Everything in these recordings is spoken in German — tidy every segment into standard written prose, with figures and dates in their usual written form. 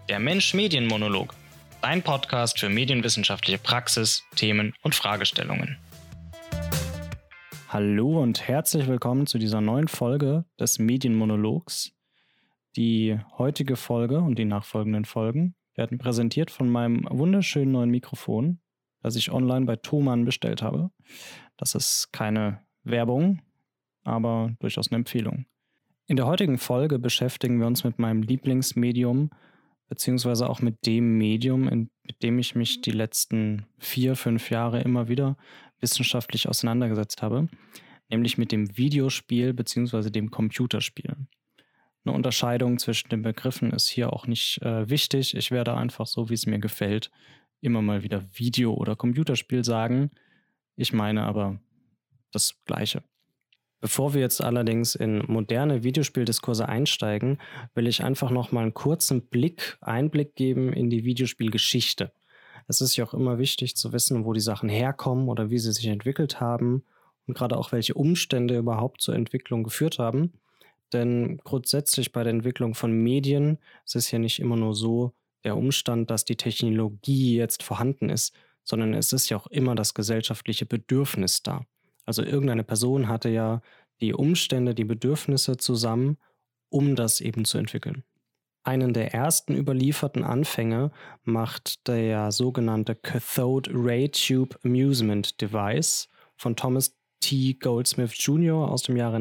Der Mensch-Medien-Monolog. Dein Podcast für medienwissenschaftliche Praxis, Themen und Fragestellungen. Hallo und herzlich willkommen zu dieser neuen Folge des Medienmonologs. Die heutige Folge und die nachfolgenden Folgen werden präsentiert von meinem wunderschönen neuen Mikrofon, das ich online bei Thomann bestellt habe. Das ist keine Werbung, aber durchaus eine Empfehlung. In der heutigen Folge beschäftigen wir uns mit meinem Lieblingsmedium, beziehungsweise auch mit dem Medium, mit dem ich mich die letzten 4-5 Jahre immer wieder wissenschaftlich auseinandergesetzt habe, nämlich mit dem Videospiel beziehungsweise dem Computerspiel. Eine Unterscheidung zwischen den Begriffen ist hier auch nicht wichtig. Ich werde einfach so, wie es mir gefällt, immer mal wieder Video- oder Computerspiel sagen. Ich meine aber das Gleiche. Bevor wir jetzt allerdings in moderne Videospieldiskurse einsteigen, will ich einfach noch mal einen kurzen Einblick geben in die Videospielgeschichte. Es ist ja auch immer wichtig zu wissen, wo die Sachen herkommen oder wie sie sich entwickelt haben und gerade auch welche Umstände überhaupt zur Entwicklung geführt haben. Denn grundsätzlich bei der Entwicklung von Medien ist es ja nicht immer nur so der Umstand, dass die Technologie jetzt vorhanden ist, sondern es ist ja auch immer das gesellschaftliche Bedürfnis da. Also irgendeine Person hatte ja die Umstände, die Bedürfnisse zusammen, um das eben zu entwickeln. Einen der ersten überlieferten Anfänge macht der sogenannte Cathode Ray Tube Amusement Device von Thomas T. Goldsmith Jr. aus dem Jahre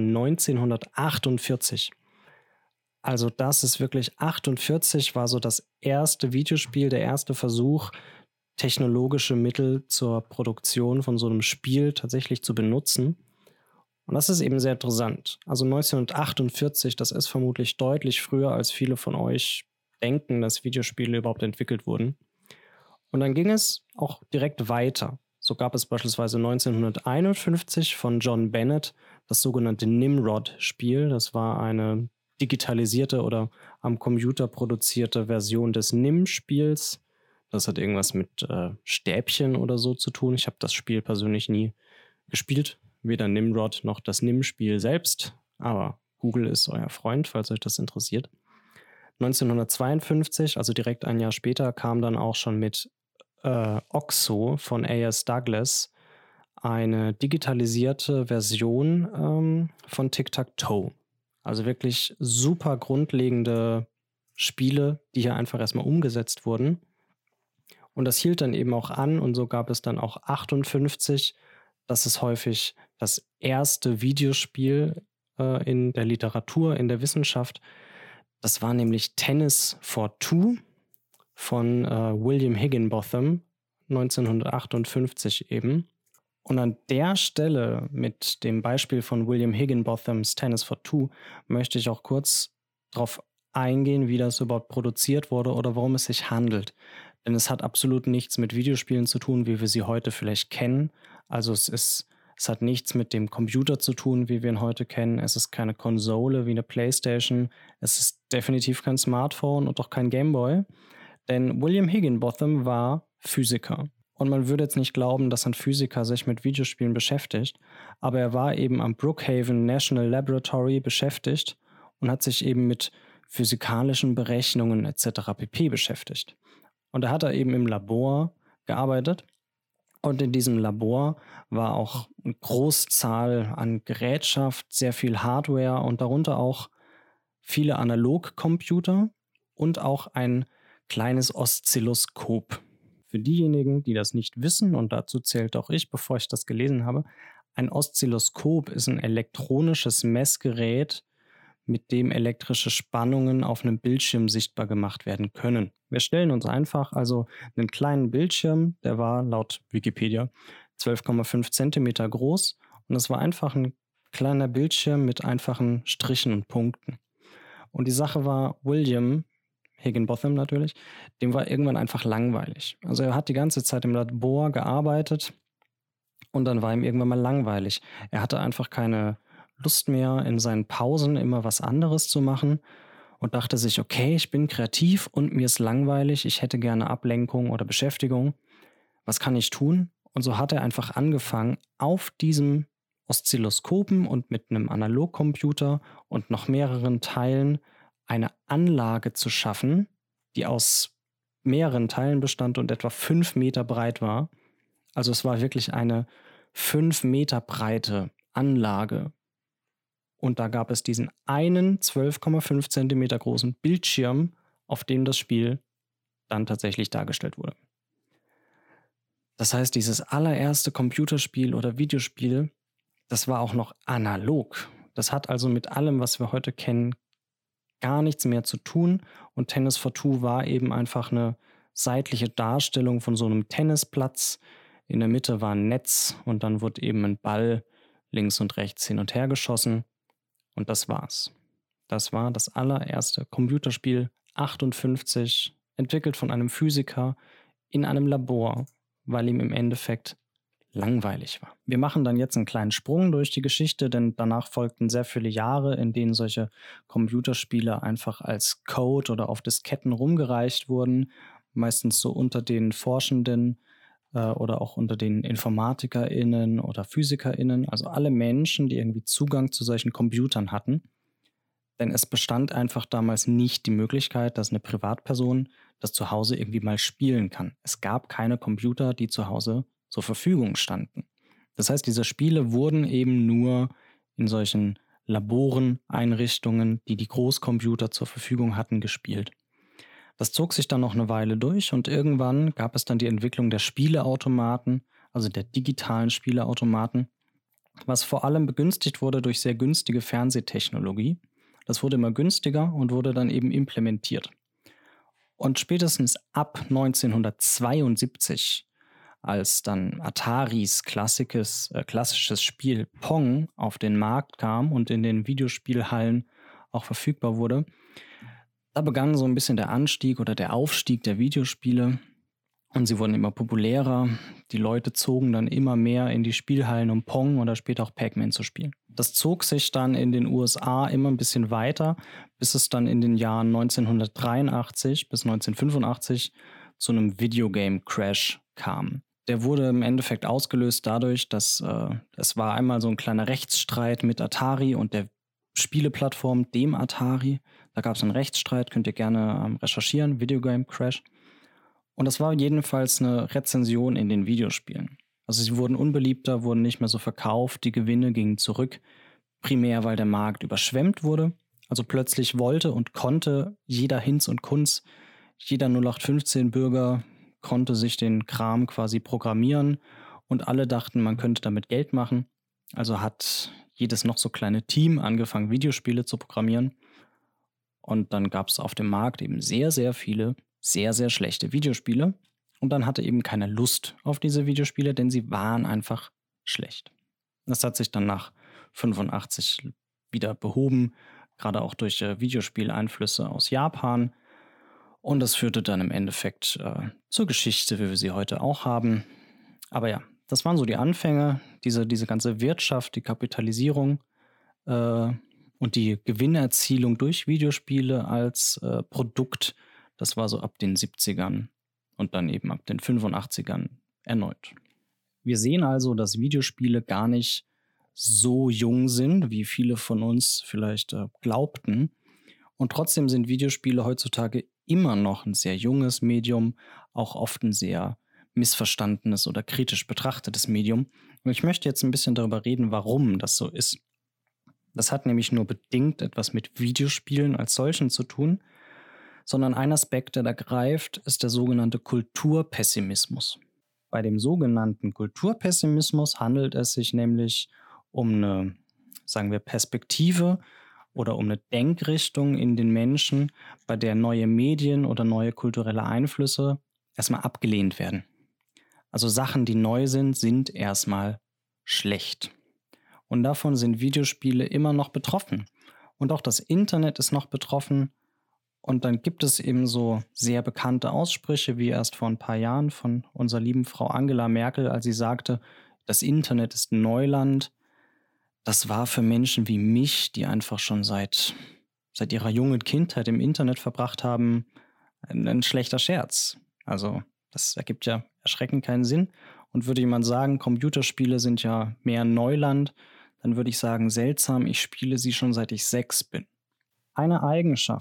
1948. Also das ist wirklich 48, war so das erste Videospiel, der erste Versuch, technologische Mittel zur Produktion von so einem Spiel tatsächlich zu benutzen. Und das ist eben sehr interessant. Also 1948, das ist vermutlich deutlich früher, als viele von euch denken, dass Videospiele überhaupt entwickelt wurden. Und dann ging es auch direkt weiter. So gab es beispielsweise 1951 von John Bennett das sogenannte Nimrod-Spiel. Das war eine digitalisierte oder am Computer produzierte Version des NIM-Spiels. Das hat irgendwas mit Stäbchen oder so zu tun. Ich habe das Spiel persönlich nie gespielt. Weder Nimrod noch das NIM-Spiel selbst. Aber Google ist euer Freund, falls euch das interessiert. 1952, also direkt ein Jahr später, kam dann auch schon mit Oxo von A.S. Douglas eine digitalisierte Version von Tic-Tac-Toe. Also wirklich super grundlegende Spiele, die hier einfach erstmal umgesetzt wurden. Und das hielt dann eben auch an und so gab es dann auch 58. Das ist häufig das erste Videospiel in der Literatur, in der Wissenschaft. Das war nämlich Tennis for Two von William Higginbotham, 1958 eben. Und an der Stelle mit dem Beispiel von William Higginbothams Tennis for Two möchte ich auch kurz darauf eingehen, wie das überhaupt produziert wurde oder worum es sich handelt. Denn es hat absolut nichts mit Videospielen zu tun, wie wir sie heute vielleicht kennen. Also es hat nichts mit dem Computer zu tun, wie wir ihn heute kennen. Es ist keine Konsole wie eine Playstation. Es ist definitiv kein Smartphone und auch kein Gameboy. Denn William Higginbotham war Physiker. Und man würde jetzt nicht glauben, dass ein Physiker sich mit Videospielen beschäftigt. Aber er war eben am Brookhaven National Laboratory beschäftigt und hat sich eben mit physikalischen Berechnungen etc. pp. Beschäftigt. Und da hat er eben im Labor gearbeitet. Und in diesem Labor war auch eine Großzahl an Gerätschaft, sehr viel Hardware und darunter auch viele Analogcomputer und auch ein kleines Oszilloskop. Für diejenigen, die das nicht wissen, und dazu zählt auch ich, bevor ich das gelesen habe, ein Oszilloskop ist ein elektronisches Messgerät, mit dem elektrische Spannungen auf einem Bildschirm sichtbar gemacht werden können. Wir stellen uns einfach also einen kleinen Bildschirm, der war laut Wikipedia 12,5 Zentimeter groß und es war einfach ein kleiner Bildschirm mit einfachen Strichen und Punkten. Und die Sache war, William Higginbotham natürlich, dem war irgendwann einfach langweilig. Also er hat die ganze Zeit im Labor gearbeitet und dann war ihm irgendwann mal langweilig. Er hatte einfach keine Lust mehr, in seinen Pausen immer was anderes zu machen und dachte sich, okay, ich bin kreativ und mir ist langweilig, ich hätte gerne Ablenkung oder Beschäftigung. Was kann ich tun? Und so hat er einfach angefangen, auf diesem Oszilloskopen und mit einem Analogcomputer und noch mehreren Teilen eine Anlage zu schaffen, die aus mehreren Teilen bestand und etwa 5 Meter breit war. Also es war wirklich eine 5 Meter breite Anlage. Und da gab es diesen einen 12,5 Zentimeter großen Bildschirm, auf dem das Spiel dann tatsächlich dargestellt wurde. Das heißt, dieses allererste Computerspiel oder Videospiel, das war auch noch analog. Das hat also mit allem, was wir heute kennen, gar nichts mehr zu tun. Und Tennis for Two war eben einfach eine seitliche Darstellung von so einem Tennisplatz. In der Mitte war ein Netz und dann wurde eben ein Ball links und rechts hin und her geschossen. Und das war's. Das war das allererste Computerspiel, 58, entwickelt von einem Physiker in einem Labor, weil ihm im Endeffekt langweilig war. Wir machen dann jetzt einen kleinen Sprung durch die Geschichte, denn danach folgten sehr viele Jahre, in denen solche Computerspiele einfach als Code oder auf Disketten rumgereicht wurden, meistens so unter den Forschenden oder auch unter den InformatikerInnen oder PhysikerInnen, also alle Menschen, die irgendwie Zugang zu solchen Computern hatten. Denn es bestand einfach damals nicht die Möglichkeit, dass eine Privatperson das zu Hause irgendwie mal spielen kann. Es gab keine Computer, die zu Hause zur Verfügung standen. Das heißt, diese Spiele wurden eben nur in solchen Laboren, Einrichtungen, die die Großcomputer zur Verfügung hatten, gespielt. Das zog sich dann noch eine Weile durch und irgendwann gab es dann die Entwicklung der Spieleautomaten, also der digitalen Spieleautomaten, was vor allem begünstigt wurde durch sehr günstige Fernsehtechnologie. Das wurde immer günstiger und wurde dann eben implementiert. Und spätestens ab 1972, als dann Ataris klassisches Spiel Pong auf den Markt kam und in den Videospielhallen auch verfügbar wurde, da begann so ein bisschen der Anstieg oder der Aufstieg der Videospiele und sie wurden immer populärer. Die Leute zogen dann immer mehr in die Spielhallen, um Pong oder später auch Pac-Man zu spielen. Das zog sich dann in den USA immer ein bisschen weiter, bis es dann in den Jahren 1983 bis 1985 zu einem Videogame-Crash kam. Der wurde im Endeffekt ausgelöst dadurch, dass es war einmal so ein kleiner Rechtsstreit mit Atari und der Spieleplattform, dem Atari. Da gab es einen Rechtsstreit, könnt ihr gerne recherchieren, Videogame Crash. Und das war jedenfalls eine Rezension in den Videospielen. Also sie wurden unbeliebter, wurden nicht mehr so verkauft, die Gewinne gingen zurück, primär weil der Markt überschwemmt wurde. Also plötzlich wollte und konnte jeder Hinz und Kunz, jeder 0815-Bürger konnte sich den Kram quasi programmieren und alle dachten, man könnte damit Geld machen. Also hat jedes noch so kleine Team angefangen, Videospiele zu programmieren. Und dann gab es auf dem Markt eben sehr, sehr viele sehr, sehr schlechte Videospiele. Und dann hatte eben keiner Lust auf diese Videospiele, denn sie waren einfach schlecht. Das hat sich dann nach 85 wieder behoben, gerade auch durch Videospieleinflüsse aus Japan. Und das führte dann im Endeffekt zur Geschichte, wie wir sie heute auch haben. Aber ja, das waren so die Anfänge, diese ganze Wirtschaft, die Kapitalisierung und die Gewinnerzielung durch Videospiele als Produkt. Das war so ab den 70ern und dann eben ab den 85ern erneut. Wir sehen also, dass Videospiele gar nicht so jung sind, wie viele von uns vielleicht glaubten. Und trotzdem sind Videospiele heutzutage immer noch ein sehr junges Medium, auch oft ein sehr missverstandenes oder kritisch betrachtetes Medium. Und ich möchte jetzt ein bisschen darüber reden, warum das so ist. Das hat nämlich nur bedingt etwas mit Videospielen als solchen zu tun, sondern ein Aspekt, der da greift, ist der sogenannte Kulturpessimismus. Bei dem sogenannten Kulturpessimismus handelt es sich nämlich um eine, sagen wir, Perspektive oder um eine Denkrichtung in den Menschen, bei der neue Medien oder neue kulturelle Einflüsse erstmal abgelehnt werden. Also Sachen, die neu sind, sind erstmal schlecht. Und davon sind Videospiele immer noch betroffen. Und auch das Internet ist noch betroffen. Und dann gibt es eben so sehr bekannte Aussprüche, wie erst vor ein paar Jahren von unserer lieben Frau Angela Merkel, als sie sagte, das Internet ist Neuland. Das war für Menschen wie mich, die einfach schon seit ihrer jungen Kindheit im Internet verbracht haben, ein schlechter Scherz. Also das ergibt ja erschreckend keinen Sinn. Und würde jemand sagen, Computerspiele sind ja mehr Neuland, dann würde ich sagen, seltsam, ich spiele sie schon seit ich 6 bin. Eine Eigenschaft,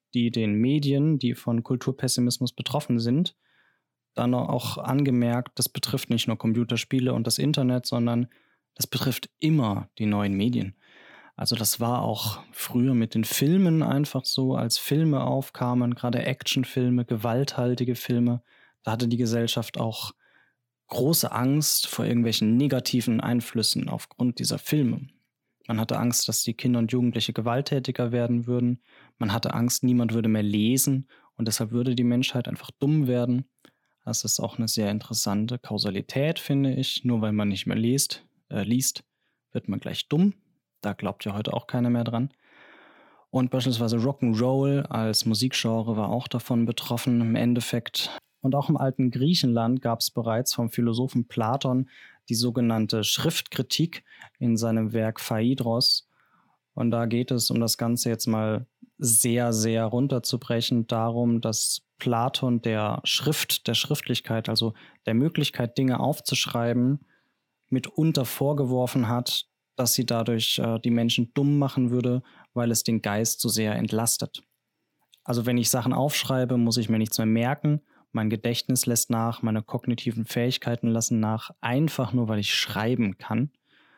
die den Medien, die von Kulturpessimismus betroffen sind, dann auch angemerkt, das betrifft nicht nur Computerspiele und das Internet, sondern das betrifft immer die neuen Medien. Also das war auch früher mit den Filmen einfach so, als Filme aufkamen, gerade Actionfilme, gewalthaltige Filme, da hatte die Gesellschaft auch große Angst vor irgendwelchen negativen Einflüssen aufgrund dieser Filme. Man hatte Angst, dass die Kinder und Jugendliche gewalttätiger werden würden. Man hatte Angst, niemand würde mehr lesen und deshalb würde die Menschheit einfach dumm werden. Das ist auch eine sehr interessante Kausalität, finde ich. Nur weil man nicht mehr liest, wird man gleich dumm. Da glaubt ja heute auch keiner mehr dran. Und beispielsweise Rock'n'Roll als Musikgenre war auch davon betroffen im Endeffekt. Und auch im alten Griechenland gab es bereits vom Philosophen Platon die sogenannte Schriftkritik in seinem Werk Phaedros. Und da geht es, um das Ganze jetzt mal sehr, sehr runterzubrechen, darum, dass Platon der Schriftlichkeit, also der Möglichkeit, Dinge aufzuschreiben, mitunter vorgeworfen hat, dass sie dadurch die Menschen dumm machen würde, weil es den Geist so sehr entlastet. Also wenn ich Sachen aufschreibe, muss ich mir nichts mehr merken, mein Gedächtnis lässt nach, meine kognitiven Fähigkeiten lassen nach, einfach nur, weil ich schreiben kann.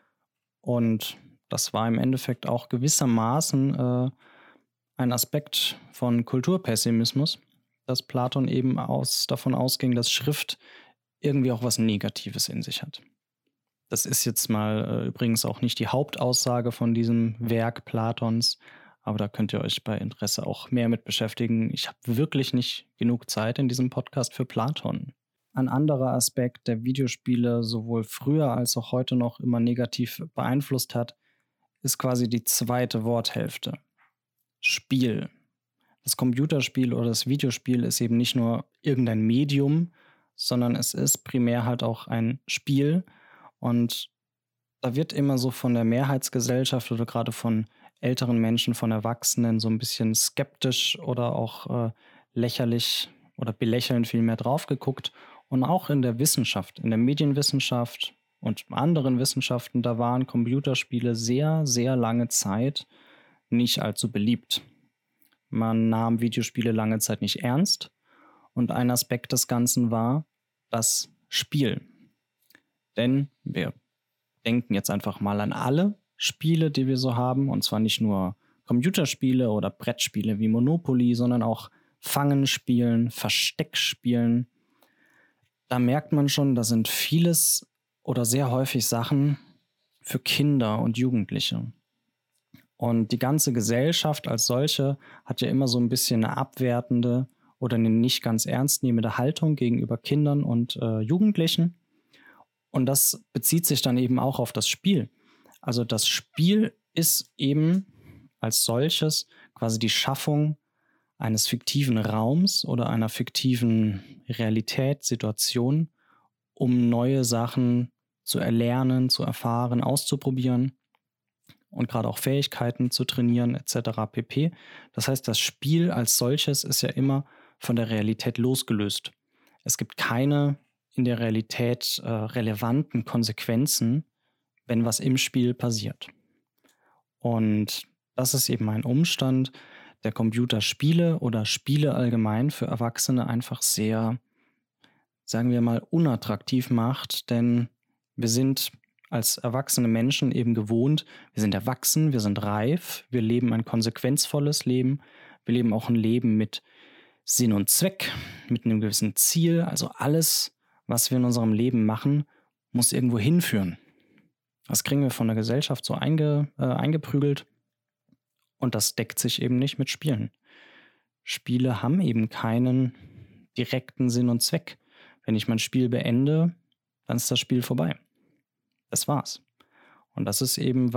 Und das war im Endeffekt auch gewissermaßen ein Aspekt von Kulturpessimismus, dass Platon eben davon ausging, dass Schrift irgendwie auch was Negatives in sich hat. Das ist jetzt mal übrigens auch nicht die Hauptaussage von diesem Werk Platons, aber da könnt ihr euch bei Interesse auch mehr mit beschäftigen. Ich habe wirklich nicht genug Zeit in diesem Podcast für Platon. Ein anderer Aspekt, der Videospiele sowohl früher als auch heute noch immer negativ beeinflusst hat, ist quasi die zweite Worthälfte. Spiel. Das Computerspiel oder das Videospiel ist eben nicht nur irgendein Medium, sondern es ist primär halt auch ein Spiel. Und da wird immer so von der Mehrheitsgesellschaft oder gerade von älteren Menschen, von Erwachsenen so ein bisschen skeptisch oder auch lächerlich oder belächelnd vielmehr drauf geguckt. Und auch in der Wissenschaft, in der Medienwissenschaft und anderen Wissenschaften, da waren Computerspiele sehr, sehr lange Zeit nicht allzu beliebt. Man nahm Videospiele lange Zeit nicht ernst. Und ein Aspekt des Ganzen war das Spiel. Denn wir denken jetzt einfach mal an alle Spiele, die wir so haben. Und zwar nicht nur Computerspiele oder Brettspiele wie Monopoly, sondern auch Fangenspielen, Versteckspielen. Da merkt man schon, da sind vieles oder sehr häufig Sachen für Kinder und Jugendliche. Und die ganze Gesellschaft als solche hat ja immer so ein bisschen eine abwertende oder eine nicht ganz ernstnehmende Haltung gegenüber Kindern und Jugendlichen. Und das bezieht sich dann eben auch auf das Spiel. Also das Spiel ist eben als solches quasi die Schaffung eines fiktiven Raums oder einer fiktiven Realität, Situation, um neue Sachen zu erlernen, zu erfahren, auszuprobieren und gerade auch Fähigkeiten zu trainieren etc. pp. Das heißt, das Spiel als solches ist ja immer von der Realität losgelöst. Es gibt keine in der Realität relevanten Konsequenzen, wenn was im Spiel passiert. Und das ist eben ein Umstand, der Computerspiele oder Spiele allgemein für Erwachsene einfach sehr, sagen wir mal, unattraktiv macht, denn wir sind als erwachsene Menschen eben gewohnt, wir sind erwachsen, wir sind reif, wir leben ein konsequenzvolles Leben, wir leben auch ein Leben mit Sinn und Zweck, mit einem gewissen Ziel, also alles, was wir in unserem Leben machen, muss irgendwo hinführen. Das kriegen wir von der Gesellschaft so eingeprügelt und das deckt sich eben nicht mit Spielen. Spiele haben eben keinen direkten Sinn und Zweck. Wenn ich mein Spiel beende, dann ist das Spiel vorbei. Das war's. Und das ist eben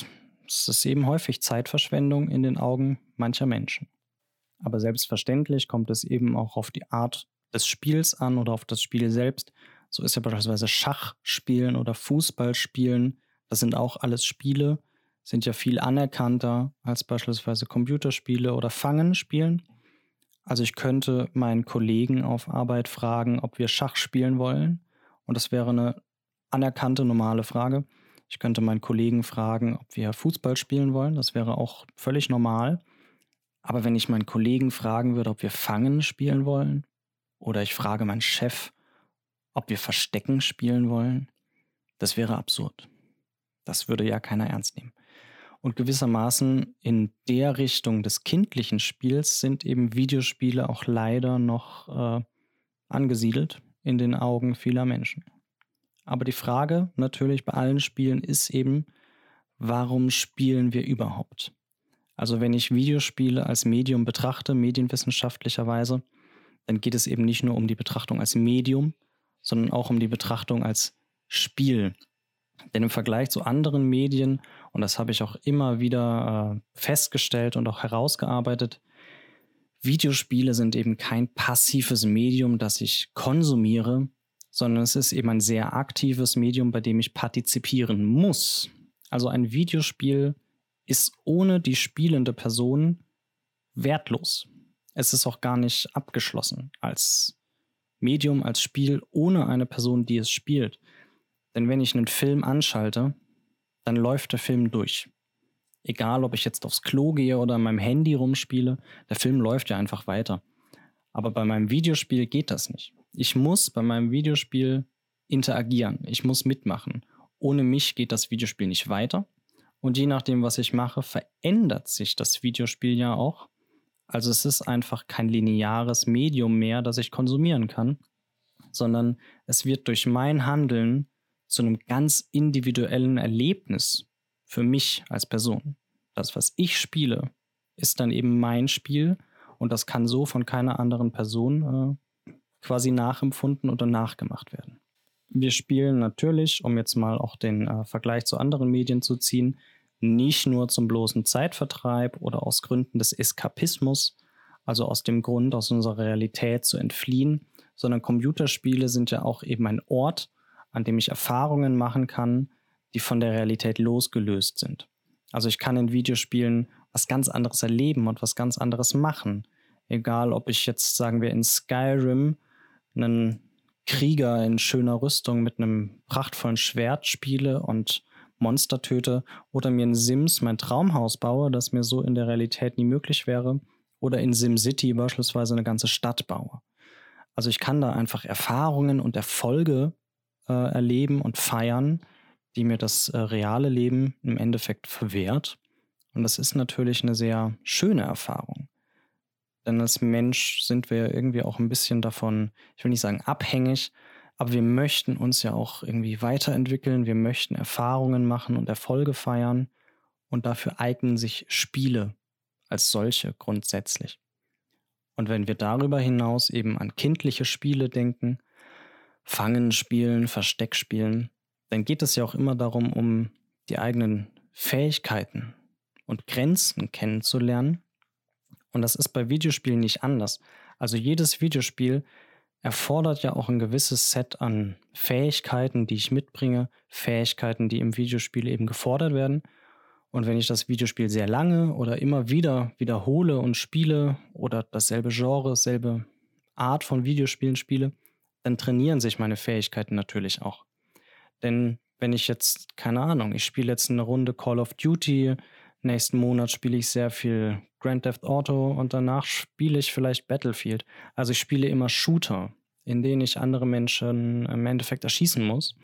häufig Zeitverschwendung in den Augen mancher Menschen. Aber selbstverständlich kommt es eben auch auf die Art des Spiels an oder auf das Spiel selbst. So ist ja beispielsweise Schachspielen oder Fußballspielen. Das sind auch alles Spiele, sind ja viel anerkannter als beispielsweise Computerspiele oder Fangenspielen. Also ich könnte meinen Kollegen auf Arbeit fragen, ob wir Schach spielen wollen. Und das wäre eine anerkannte, normale Frage. Ich könnte meinen Kollegen fragen, ob wir Fußball spielen wollen. Das wäre auch völlig normal. Aber wenn ich meinen Kollegen fragen würde, ob wir Fangen spielen wollen, oder ich frage meinen Chef, ob wir Verstecken spielen wollen, das wäre absurd. Das würde ja keiner ernst nehmen. Und gewissermaßen in der Richtung des kindlichen Spiels sind eben Videospiele auch leider noch angesiedelt in den Augen vieler Menschen. Aber die Frage natürlich bei allen Spielen ist eben, warum spielen wir überhaupt? Also wenn ich Videospiele als Medium betrachte, medienwissenschaftlicherweise, dann geht es eben nicht nur um die Betrachtung als Medium, sondern auch um die Betrachtung als Spiel. Denn im Vergleich zu anderen Medien, und das habe ich auch immer wieder festgestellt und auch herausgearbeitet, Videospiele sind eben kein passives Medium, das ich konsumiere, sondern es ist eben ein sehr aktives Medium, bei dem ich partizipieren muss. Also ein Videospiel ist ohne die spielende Person wertlos. Es ist auch gar nicht abgeschlossen als Medium, als Spiel ohne eine Person, die es spielt. Denn wenn ich einen Film anschalte, dann läuft der Film durch. Egal, ob ich jetzt aufs Klo gehe oder an meinem Handy rumspiele, der Film läuft ja einfach weiter. Aber bei meinem Videospiel geht das nicht. Ich muss bei meinem Videospiel interagieren. Ich muss mitmachen. Ohne mich geht das Videospiel nicht weiter. Und je nachdem, was ich mache, verändert sich das Videospiel ja auch. Also es ist einfach kein lineares Medium mehr, das ich konsumieren kann, sondern es wird durch mein Handeln zu einem ganz individuellen Erlebnis für mich als Person. Das, was ich spiele, ist dann eben mein Spiel und das kann so von keiner anderen Person quasi nachempfunden oder nachgemacht werden. Wir spielen natürlich, um jetzt mal auch den Vergleich zu anderen Medien zu ziehen, nicht nur zum bloßen Zeitvertreib oder aus Gründen des Eskapismus, also aus dem Grund, aus unserer Realität zu entfliehen, sondern Computerspiele sind ja auch eben ein Ort, an dem ich Erfahrungen machen kann, die von der Realität losgelöst sind. Also ich kann in Videospielen was ganz anderes erleben und was ganz anderes machen. Egal, ob ich jetzt, sagen wir, in Skyrim einen Krieger in schöner Rüstung mit einem prachtvollen Schwert spiele und Monster töte oder mir in Sims mein Traumhaus baue, das mir so in der Realität nie möglich wäre, oder in SimCity beispielsweise eine ganze Stadt baue. Also ich kann da einfach Erfahrungen und Erfolge erleben und feiern, die mir das reale Leben im Endeffekt verwehrt. Und das ist natürlich eine sehr schöne Erfahrung. Denn als Mensch sind wir irgendwie auch ein bisschen davon, ich will nicht sagen abhängig, aber wir möchten uns ja auch irgendwie weiterentwickeln. Wir möchten Erfahrungen machen und Erfolge feiern. Und dafür eignen sich Spiele als solche grundsätzlich. Und wenn wir darüber hinaus eben an kindliche Spiele denken, Fangen spielen, Versteck spielen, dann geht es ja auch immer darum, um die eigenen Fähigkeiten und Grenzen kennenzulernen. Und das ist bei Videospielen nicht anders. Also jedes Videospiel erfordert ja auch ein gewisses Set an Fähigkeiten, die ich mitbringe, Fähigkeiten, die im Videospiel eben gefordert werden. Und wenn ich das Videospiel sehr lange oder immer wieder wiederhole und spiele oder dasselbe Genre, dasselbe Art von Videospielen spiele, dann trainieren sich meine Fähigkeiten natürlich auch. Denn wenn ich jetzt, keine Ahnung, ich spiele jetzt eine Runde Call of Duty, nächsten Monat spiele ich sehr viel Grand Theft Auto und danach spiele ich vielleicht Battlefield. Also ich spiele immer Shooter, in denen ich andere Menschen im Endeffekt erschießen muss.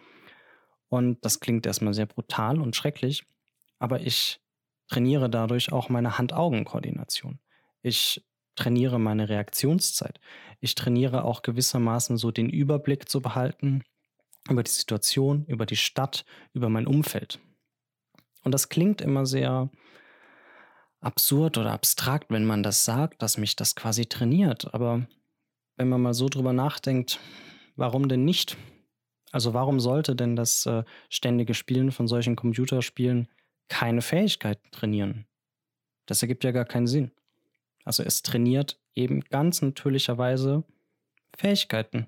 Und das klingt erstmal sehr brutal und schrecklich, aber ich trainiere dadurch auch meine Hand-Augen-Koordination. Ich trainiere meine Reaktionszeit. Ich trainiere auch gewissermaßen so den Überblick zu behalten über die Situation, über die Stadt, über mein Umfeld. Und das klingt immer sehr absurd oder abstrakt, wenn man das sagt, dass mich das quasi trainiert. Aber wenn man mal so drüber nachdenkt, warum denn nicht? Also warum sollte denn das ständige Spielen von solchen Computerspielen keine Fähigkeiten trainieren? Das ergibt ja gar keinen Sinn. Also es trainiert eben ganz natürlicherweise Fähigkeiten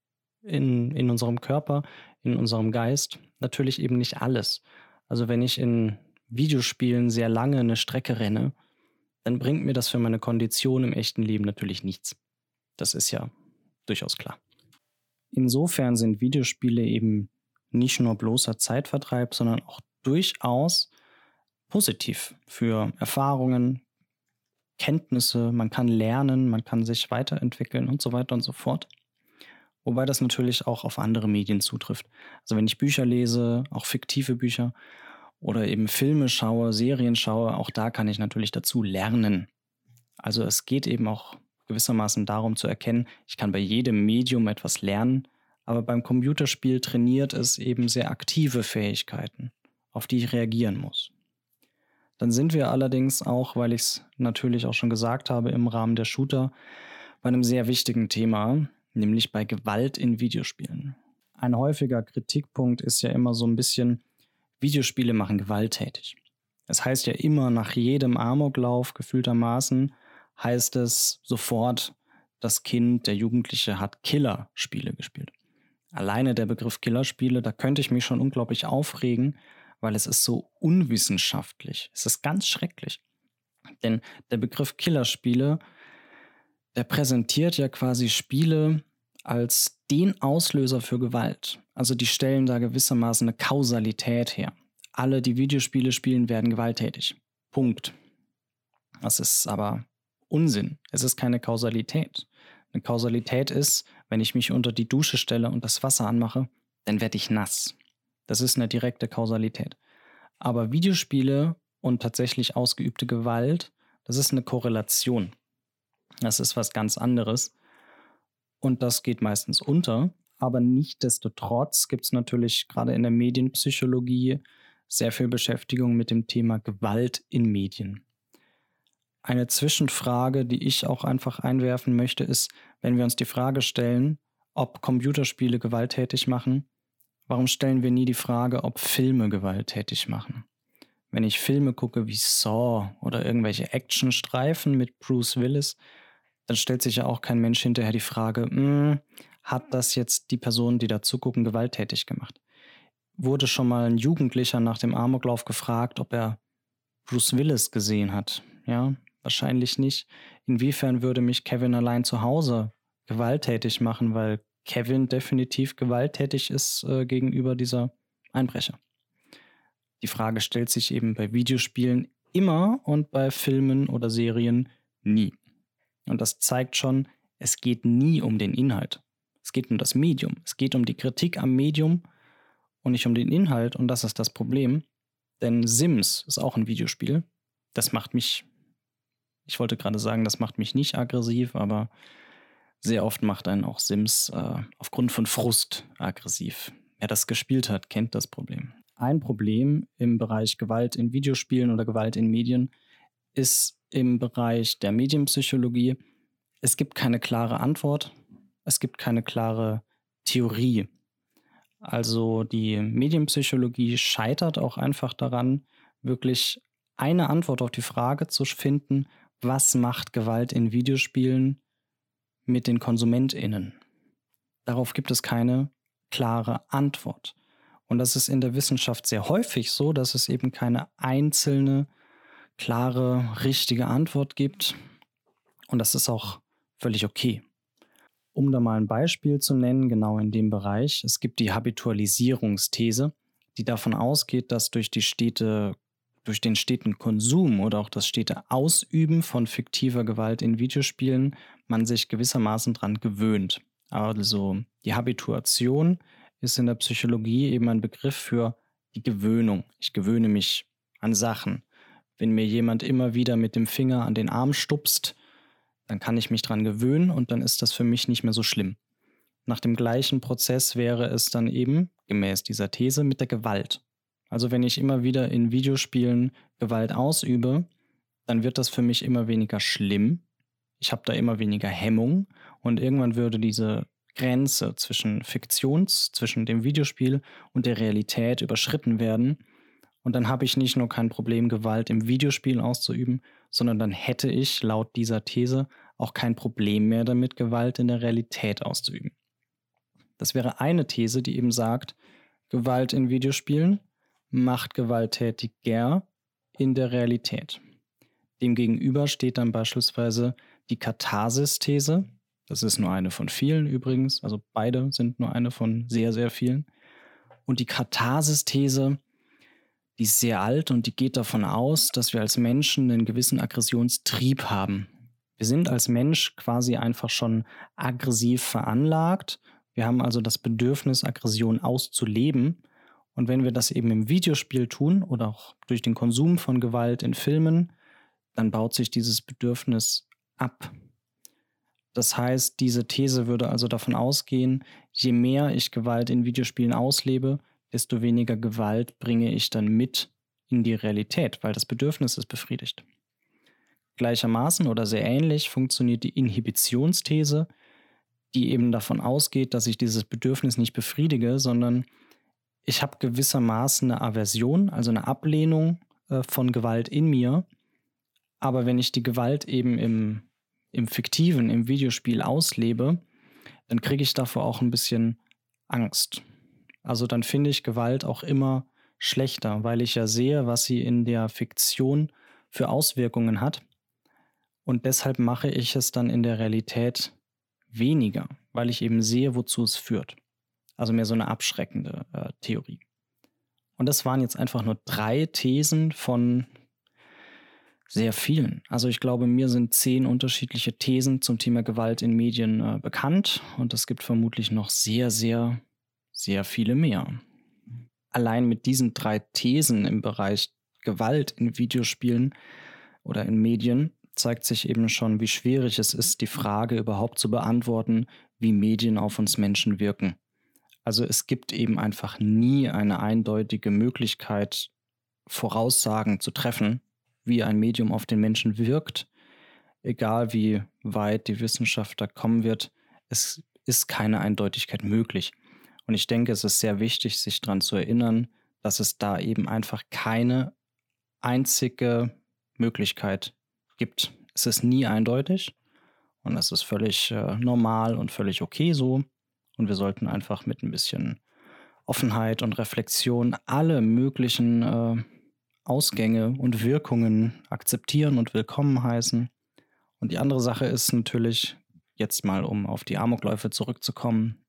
in unserem Körper, in unserem Geist. Natürlich eben nicht alles. Also wenn ich in Videospielen sehr lange eine Strecke renne, dann bringt mir das für meine Kondition im echten Leben natürlich nichts. Das ist ja durchaus klar. Insofern sind Videospiele eben nicht nur bloßer Zeitvertreib, sondern auch durchaus positiv für Erfahrungen, Kenntnisse, man kann lernen, man kann sich weiterentwickeln und so weiter und so fort. Wobei das natürlich auch auf andere Medien zutrifft. Also wenn ich Bücher lese, auch fiktive Bücher oder eben Filme schaue, Serien schaue, auch da kann ich natürlich dazu lernen. Also es geht eben auch gewissermaßen darum zu erkennen, ich kann bei jedem Medium etwas lernen, aber beim Computerspiel trainiert es eben sehr aktive Fähigkeiten, auf die ich reagieren muss. Dann sind wir allerdings auch, weil ich es natürlich auch schon gesagt habe, im Rahmen der Shooter bei einem sehr wichtigen Thema, nämlich bei Gewalt in Videospielen. Ein häufiger Kritikpunkt ist ja immer so ein bisschen, Videospiele machen gewalttätig. Es heißt ja immer, nach jedem Amoklauf gefühltermaßen heißt es sofort, das Kind, der Jugendliche hat Killerspiele gespielt. Alleine der Begriff Killerspiele, da könnte ich mich schon unglaublich aufregen, weil es ist so unwissenschaftlich. Es ist ganz schrecklich. Denn der Begriff Killerspiele, der präsentiert ja quasi Spiele als den Auslöser für Gewalt. Also die stellen da gewissermaßen eine Kausalität her. Alle, die Videospiele spielen, werden gewalttätig. Punkt. Das ist aber Unsinn. Es ist keine Kausalität. Eine Kausalität ist, wenn ich mich unter die Dusche stelle und das Wasser anmache, dann werde ich nass. Das ist eine direkte Kausalität. Aber Videospiele und tatsächlich ausgeübte Gewalt, das ist eine Korrelation. Das ist was ganz anderes. Und das geht meistens unter. Aber nichtsdestotrotz gibt es natürlich gerade in der Medienpsychologie sehr viel Beschäftigung mit dem Thema Gewalt in Medien. Eine Zwischenfrage, die ich auch einfach einwerfen möchte, ist, wenn wir uns die Frage stellen, ob Computerspiele gewalttätig machen, warum stellen wir nie die Frage, ob Filme gewalttätig machen? Wenn ich Filme gucke wie Saw oder irgendwelche Actionstreifen mit Bruce Willis, dann stellt sich ja auch kein Mensch hinterher die Frage, hat das jetzt die Person, die da zugucken, gewalttätig gemacht? Wurde schon mal ein Jugendlicher nach dem Amoklauf gefragt, ob er Bruce Willis gesehen hat? Ja, wahrscheinlich nicht. Inwiefern würde mich Kevin allein zu Hause gewalttätig machen, weil Kevin definitiv gewalttätig ist gegenüber dieser Einbrecher. Die Frage stellt sich eben bei Videospielen immer und bei Filmen oder Serien nie. Und das zeigt schon, es geht nie um den Inhalt. Es geht um das Medium. Es geht um die Kritik am Medium und nicht um den Inhalt. Und das ist das Problem. Denn Sims ist auch ein Videospiel. Das macht mich, ich wollte gerade sagen, das macht mich nicht aggressiv, aber sehr oft macht einen auch Sims aufgrund von Frust aggressiv. Wer das gespielt hat, kennt das Problem. Ein Problem im Bereich Gewalt in Videospielen oder Gewalt in Medien ist im Bereich der Medienpsychologie, es gibt keine klare Antwort, es gibt keine klare Theorie. Also die Medienpsychologie scheitert auch einfach daran, wirklich eine Antwort auf die Frage zu finden, was macht Gewalt in Videospielen mit den KonsumentInnen? Darauf gibt es keine klare Antwort. Und das ist in der Wissenschaft sehr häufig so, dass es eben keine einzelne, klare, richtige Antwort gibt. Und das ist auch völlig okay. Um da mal ein Beispiel zu nennen, genau in dem Bereich, es gibt die Habitualisierungsthese, die davon ausgeht, dass durch den steten Konsum oder auch das stete Ausüben von fiktiver Gewalt in Videospielen man sich gewissermaßen dran gewöhnt. Also die Habituation ist in der Psychologie eben ein Begriff für die Gewöhnung. Ich gewöhne mich an Sachen. Wenn mir jemand immer wieder mit dem Finger an den Arm stupst, dann kann ich mich dran gewöhnen und dann ist das für mich nicht mehr so schlimm. Nach dem gleichen Prozess wäre es dann eben, gemäß dieser These, mit der Gewalt. Also wenn ich immer wieder in Videospielen Gewalt ausübe, dann wird das für mich immer weniger schlimm. Ich habe da immer weniger Hemmung und irgendwann würde diese Grenze zwischen zwischen dem Videospiel und der Realität überschritten werden. Und dann habe ich nicht nur kein Problem, Gewalt im Videospiel auszuüben, sondern dann hätte ich laut dieser These auch kein Problem mehr damit, Gewalt in der Realität auszuüben. Das wäre eine These, die eben sagt, Gewalt in Videospielen macht gewalttätiger in der Realität. Demgegenüber steht dann beispielsweise die Katharsis-These. Das ist nur eine von vielen übrigens, also beide sind nur eine von sehr, sehr vielen. Und die Katharsis-These, die ist sehr alt und die geht davon aus, dass wir als Menschen einen gewissen Aggressionstrieb haben. Wir sind als Mensch quasi einfach schon aggressiv veranlagt. Wir haben also das Bedürfnis, Aggression auszuleben. Und wenn wir das eben im Videospiel tun oder auch durch den Konsum von Gewalt in Filmen, dann baut sich dieses Bedürfnis ab. Das heißt, diese These würde also davon ausgehen, je mehr ich Gewalt in Videospielen auslebe, desto weniger Gewalt bringe ich dann mit in die Realität, weil das Bedürfnis ist befriedigt. Gleichermaßen oder sehr ähnlich funktioniert die Inhibitionsthese, die eben davon ausgeht, dass ich dieses Bedürfnis nicht befriedige, sondern ich habe gewissermaßen eine Aversion, also eine Ablehnung von Gewalt in mir. Aber wenn ich die Gewalt eben im Fiktiven, im Videospiel auslebe, dann kriege ich davor auch ein bisschen Angst. Also dann finde ich Gewalt auch immer schlechter, weil ich ja sehe, was sie in der Fiktion für Auswirkungen hat. Und deshalb mache ich es dann in der Realität weniger, weil ich eben sehe, wozu es führt. Also mehr so eine abschreckende Theorie. Und das waren jetzt einfach nur 3 Thesen von sehr vielen. Also ich glaube, mir sind 10 unterschiedliche Thesen zum Thema Gewalt in Medien bekannt. Und es gibt vermutlich noch sehr, sehr, sehr viele mehr. Allein mit diesen 3 Thesen im Bereich Gewalt in Videospielen oder in Medien zeigt sich eben schon, wie schwierig es ist, die Frage überhaupt zu beantworten, wie Medien auf uns Menschen wirken. Also es gibt eben einfach nie eine eindeutige Möglichkeit, Voraussagen zu treffen, wie ein Medium auf den Menschen wirkt. Egal wie weit die Wissenschaft da kommen wird, es ist keine Eindeutigkeit möglich. Und ich denke, es ist sehr wichtig, sich daran zu erinnern, dass es da eben einfach keine einzige Möglichkeit gibt. Es ist nie eindeutig und es ist völlig normal und völlig okay so. Und wir sollten einfach mit ein bisschen Offenheit und Reflexion alle möglichen Ausgänge und Wirkungen akzeptieren und willkommen heißen. Und die andere Sache ist natürlich, jetzt mal um auf die Amokläufe zurückzukommen,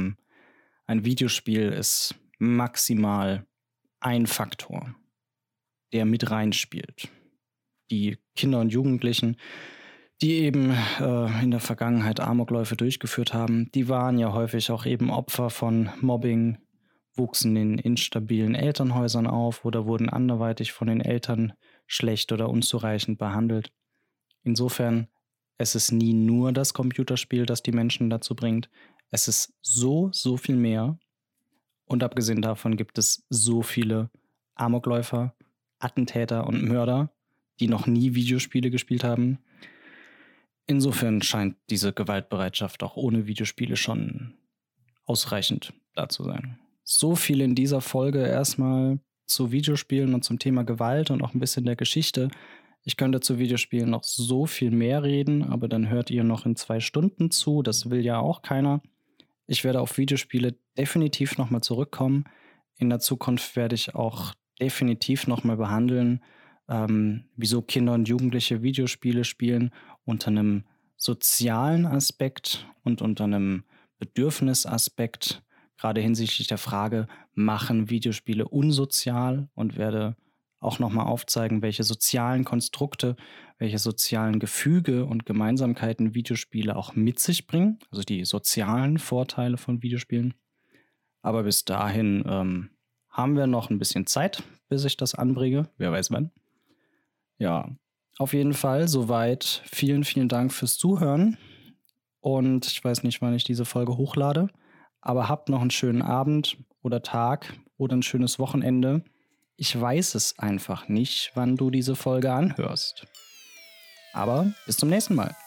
ein Videospiel ist maximal ein Faktor, der mit reinspielt. Die Kinder und Jugendlichen, die eben in der Vergangenheit Amokläufe durchgeführt haben, die waren ja häufig auch eben Opfer von Mobbing, wuchsen in instabilen Elternhäusern auf oder wurden anderweitig von den Eltern schlecht oder unzureichend behandelt. Insofern, es ist nie nur das Computerspiel, das die Menschen dazu bringt. Es ist so viel mehr. Und abgesehen davon gibt es so viele Amokläufer, Attentäter und Mörder, die noch nie Videospiele gespielt haben. Insofern scheint diese Gewaltbereitschaft auch ohne Videospiele schon ausreichend da zu sein. So viel in dieser Folge erstmal zu Videospielen und zum Thema Gewalt und auch ein bisschen der Geschichte. Ich könnte zu Videospielen noch so viel mehr reden, aber dann hört ihr noch in 2 Stunden zu. Das will ja auch keiner. Ich werde auf Videospiele definitiv nochmal zurückkommen. In der Zukunft werde ich auch definitiv nochmal behandeln, wieso Kinder und Jugendliche Videospiele spielen unter einem sozialen Aspekt und unter einem Bedürfnisaspekt, gerade hinsichtlich der Frage, machen Videospiele unsozial, und werde auch nochmal aufzeigen, welche sozialen Konstrukte, welche sozialen Gefüge und Gemeinsamkeiten Videospiele auch mit sich bringen, also die sozialen Vorteile von Videospielen. Aber bis dahin haben wir noch ein bisschen Zeit, bis ich das anbringe, wer weiß wann. Ja, auf jeden Fall soweit. Vielen, vielen Dank fürs Zuhören. Und ich weiß nicht, wann ich diese Folge hochlade, aber habt noch einen schönen Abend oder Tag oder ein schönes Wochenende. Ich weiß es einfach nicht, wann du diese Folge anhörst. Aber bis zum nächsten Mal.